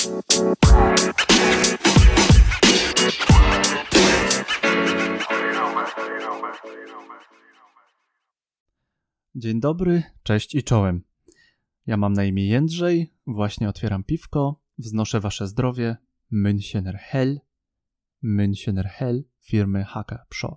Dzień dobry, cześć i czołem. Ja mam na imię Jędrzej, właśnie otwieram piwko, wznoszę wasze zdrowie, Münchener Hell firmy Haka Psho.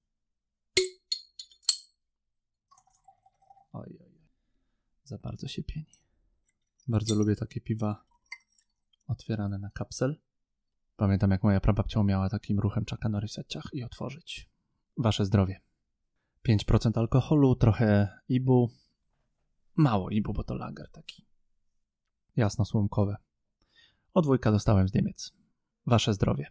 Oj, za bardzo się pieni. Bardzo lubię takie piwa otwierane na kapsel. Pamiętam, jak moja prababcia umiała takim ruchem Chucka Norrisa ciach i otworzyć. Wasze zdrowie. 5% alkoholu, trochę ibu. Mało ibu, bo to lager taki. Jasno-słomkowe. Odwójka dostałem z Niemiec. Wasze zdrowie.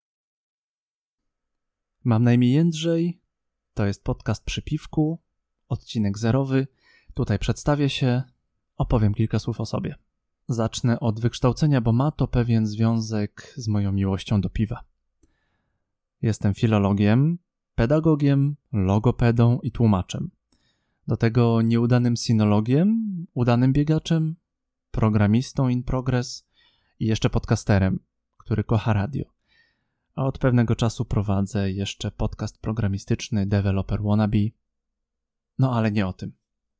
Mam na imię Jędrzej. To jest podcast przy piwku. Odcinek zerowy. Tutaj przedstawię się. Opowiem kilka słów o sobie. Zacznę od wykształcenia, bo ma to pewien związek z moją miłością do piwa. Jestem filologiem, pedagogiem, logopedą i tłumaczem. Do tego nieudanym sinologiem, udanym biegaczem, programistą in progress i jeszcze podcasterem, który kocha radio. A od pewnego czasu prowadzę jeszcze podcast programistyczny Developer Wannabe. No ale nie o tym.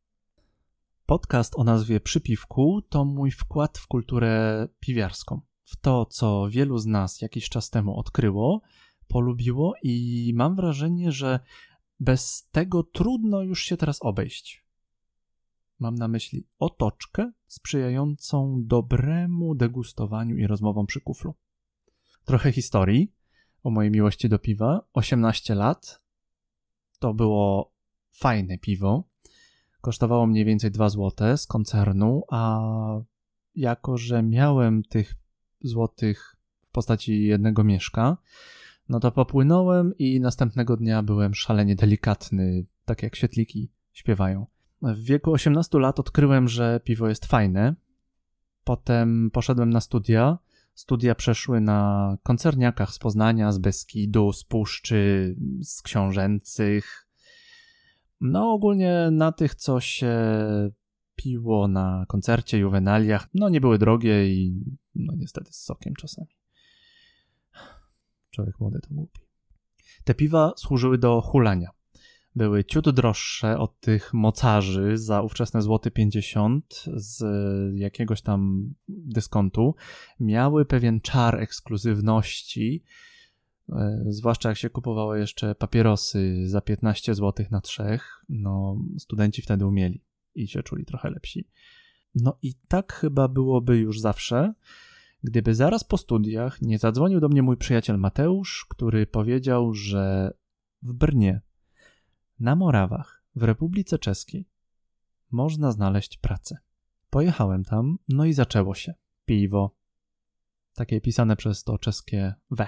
Podcast o nazwie Przy piwku to mój wkład w kulturę piwiarską. W to, co wielu z nas jakiś czas temu odkryło, polubiło i mam wrażenie, że bez tego trudno już się teraz obejść. Mam na myśli otoczkę sprzyjającą dobremu degustowaniu i rozmowom przy kuflu. Trochę historii o mojej miłości do piwa. 18 lat. To było fajne piwo. Kosztowało mniej więcej 2 zł z koncernu, a jako, że miałem tych złotych w postaci jednego mieszka, no to popłynąłem i następnego dnia byłem szalenie delikatny, tak jak świetliki śpiewają. W wieku 18 lat odkryłem, że piwo jest fajne. Potem poszedłem na studia. Studia przeszły na koncerniakach z Poznania, z Beskidu, z Puszczy, z Książęcych. No ogólnie na tych, co się piło na koncercie, juwenaliach. No nie były drogie i no niestety z sokiem czasami. Człowiek młody to głupi. Te piwa służyły do hulania. Były ciut droższe od tych mocarzy za ówczesne złoty 50 z jakiegoś tam dyskontu. Miały pewien czar ekskluzywności, zwłaszcza jak się kupowało jeszcze papierosy za 15 zł na 3. No, studenci wtedy umieli i się czuli trochę lepsi. No i tak chyba byłoby już zawsze, gdyby zaraz po studiach nie zadzwonił do mnie mój przyjaciel Mateusz, który powiedział, że w Brnie, na Morawach, w Republice Czeskiej można znaleźć pracę. Pojechałem tam, no i zaczęło się. Piwo. Takie pisane przez to czeskie V.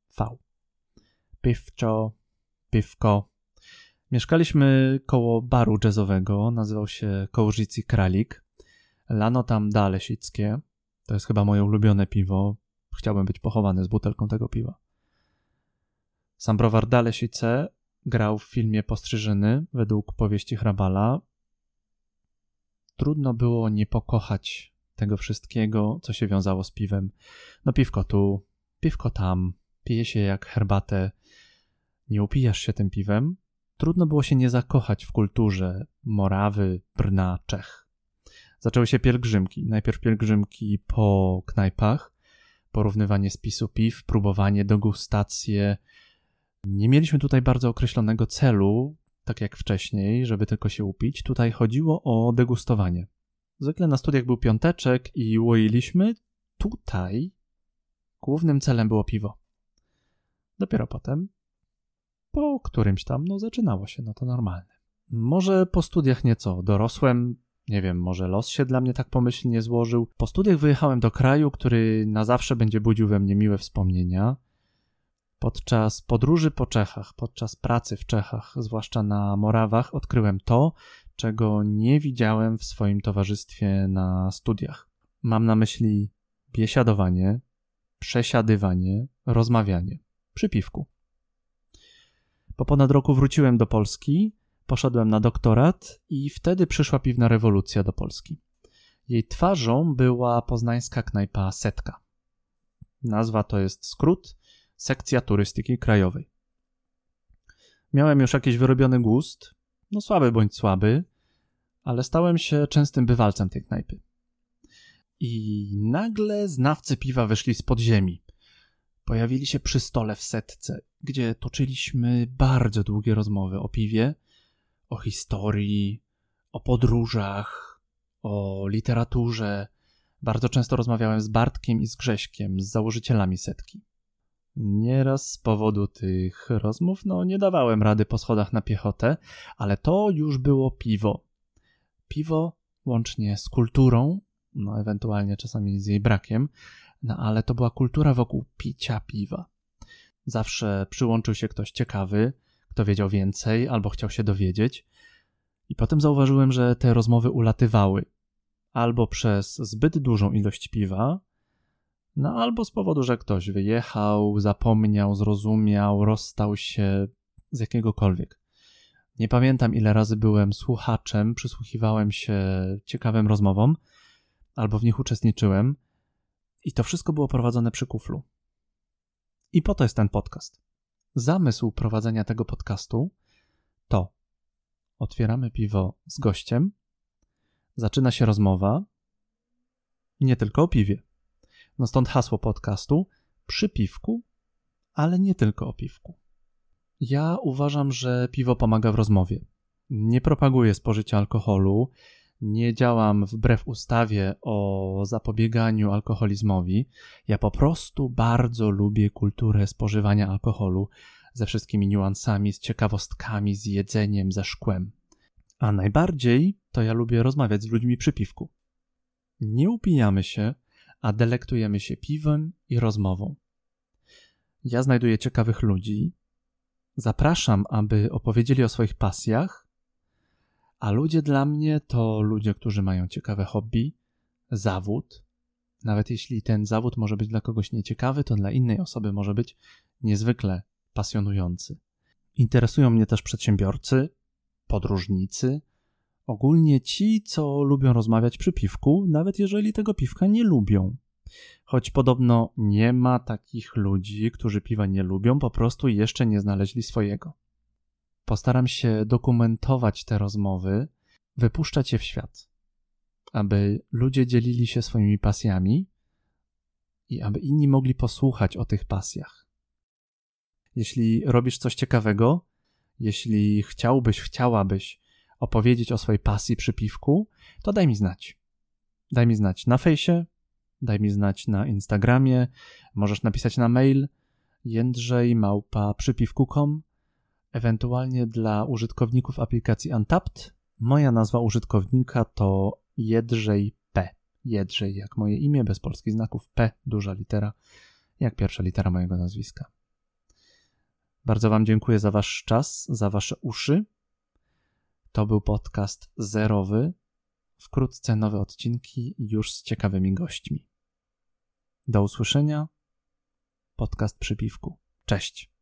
Piwczo, piwko. Mieszkaliśmy koło baru jazzowego, nazywał się Kołżycy Kralik. Lano tam Dalesickie. To jest chyba moje ulubione piwo. Chciałbym być pochowany z butelką tego piwa. Sam browar Dalesice grał w filmie Postrzyżyny według powieści Hrabala. Trudno było nie pokochać tego wszystkiego, co się wiązało z piwem. No piwko tu, piwko tam, pije się jak herbatę. Nie upijasz się tym piwem. Trudno było się nie zakochać w kulturze Morawy, Brna, Czech. Zaczęły się pielgrzymki. Najpierw pielgrzymki po knajpach, porównywanie spisu piw, próbowanie, degustacje. Nie mieliśmy tutaj bardzo określonego celu, tak jak wcześniej, żeby tylko się upić. Tutaj chodziło o degustowanie. Zwykle na studiach był piąteczek i łoiliśmy. Tutaj głównym celem było piwo. Dopiero potem, po którymś tam, zaczynało się, to normalne. Może po studiach nieco dorosłem, nie wiem, może los się dla mnie tak pomyślnie złożył. Po studiach wyjechałem do kraju, który na zawsze będzie budził we mnie miłe wspomnienia. Podczas podróży po Czechach, podczas pracy w Czechach, zwłaszcza na Morawach, odkryłem to, czego nie widziałem w swoim towarzystwie na studiach. Mam na myśli biesiadowanie, przesiadywanie, rozmawianie przy piwku. Po ponad roku wróciłem do Polski, poszedłem na doktorat i wtedy przyszła piwna rewolucja do Polski. Jej twarzą była poznańska knajpa Setka. Nazwa to jest skrót Sekcja Turystyki Krajowej. Miałem już jakiś wyrobiony gust, słaby bądź słaby, ale stałem się częstym bywalcem tej knajpy. I nagle znawcy piwa wyszli z podziemi. Pojawili się przy stole w setce, gdzie toczyliśmy bardzo długie rozmowy o piwie, o historii, o podróżach, o literaturze. Bardzo często rozmawiałem z Bartkiem i z Grześkiem, z założycielami setki. Nieraz z powodu tych rozmów, nie dawałem rady po schodach na piechotę, ale to już było piwo. Piwo łącznie z kulturą, ewentualnie czasami z jej brakiem, ale to była kultura wokół picia piwa. Zawsze przyłączył się ktoś ciekawy, kto wiedział więcej albo chciał się dowiedzieć. I potem zauważyłem, że te rozmowy ulatywały. Albo przez zbyt dużą ilość piwa, albo z powodu, że ktoś wyjechał, zapomniał, zrozumiał, rozstał się z jakiegokolwiek. Nie pamiętam, ile razy byłem słuchaczem, przysłuchiwałem się ciekawym rozmowom, albo w nich uczestniczyłem i to wszystko było prowadzone przy kuflu. I po to jest ten podcast. Zamysł prowadzenia tego podcastu to otwieramy piwo z gościem, zaczyna się rozmowa, nie tylko o piwie. Stąd hasło podcastu przy piwku, ale nie tylko o piwku. Ja uważam, że piwo pomaga w rozmowie. Nie propaguję spożycia alkoholu, nie działam wbrew ustawie o zapobieganiu alkoholizmowi. Ja po prostu bardzo lubię kulturę spożywania alkoholu ze wszystkimi niuansami, z ciekawostkami, z jedzeniem, ze szkłem. A najbardziej to ja lubię rozmawiać z ludźmi przy piwku. Nie upijamy się, a delektujemy się piwem i rozmową. Ja znajduję ciekawych ludzi, zapraszam, aby opowiedzieli o swoich pasjach, a ludzie dla mnie to ludzie, którzy mają ciekawe hobby, zawód. Nawet jeśli ten zawód może być dla kogoś nieciekawy, to dla innej osoby może być niezwykle pasjonujący. Interesują mnie też przedsiębiorcy, podróżnicy, ogólnie ci, co lubią rozmawiać przy piwku, nawet jeżeli tego piwka nie lubią. Choć podobno nie ma takich ludzi, którzy piwa nie lubią, po prostu jeszcze nie znaleźli swojego. Postaram się dokumentować te rozmowy, wypuszczać je w świat, aby ludzie dzielili się swoimi pasjami i aby inni mogli posłuchać o tych pasjach. Jeśli robisz coś ciekawego, jeśli chciałabyś opowiedzieć o swojej pasji przy piwku, to daj mi znać. Daj mi znać na fejsie, daj mi znać na Instagramie, możesz napisać na mail jędrzej@przypiwku.com. Ewentualnie dla użytkowników aplikacji Untappd moja nazwa użytkownika to Jedrzej P. Jedrzej jak moje imię, bez polskich znaków, P, duża litera, jak pierwsza litera mojego nazwiska. Bardzo wam dziękuję za wasz czas, za wasze uszy. To był podcast zerowy. Wkrótce nowe odcinki już z ciekawymi gośćmi. Do usłyszenia. Podcast przy piwku. Cześć.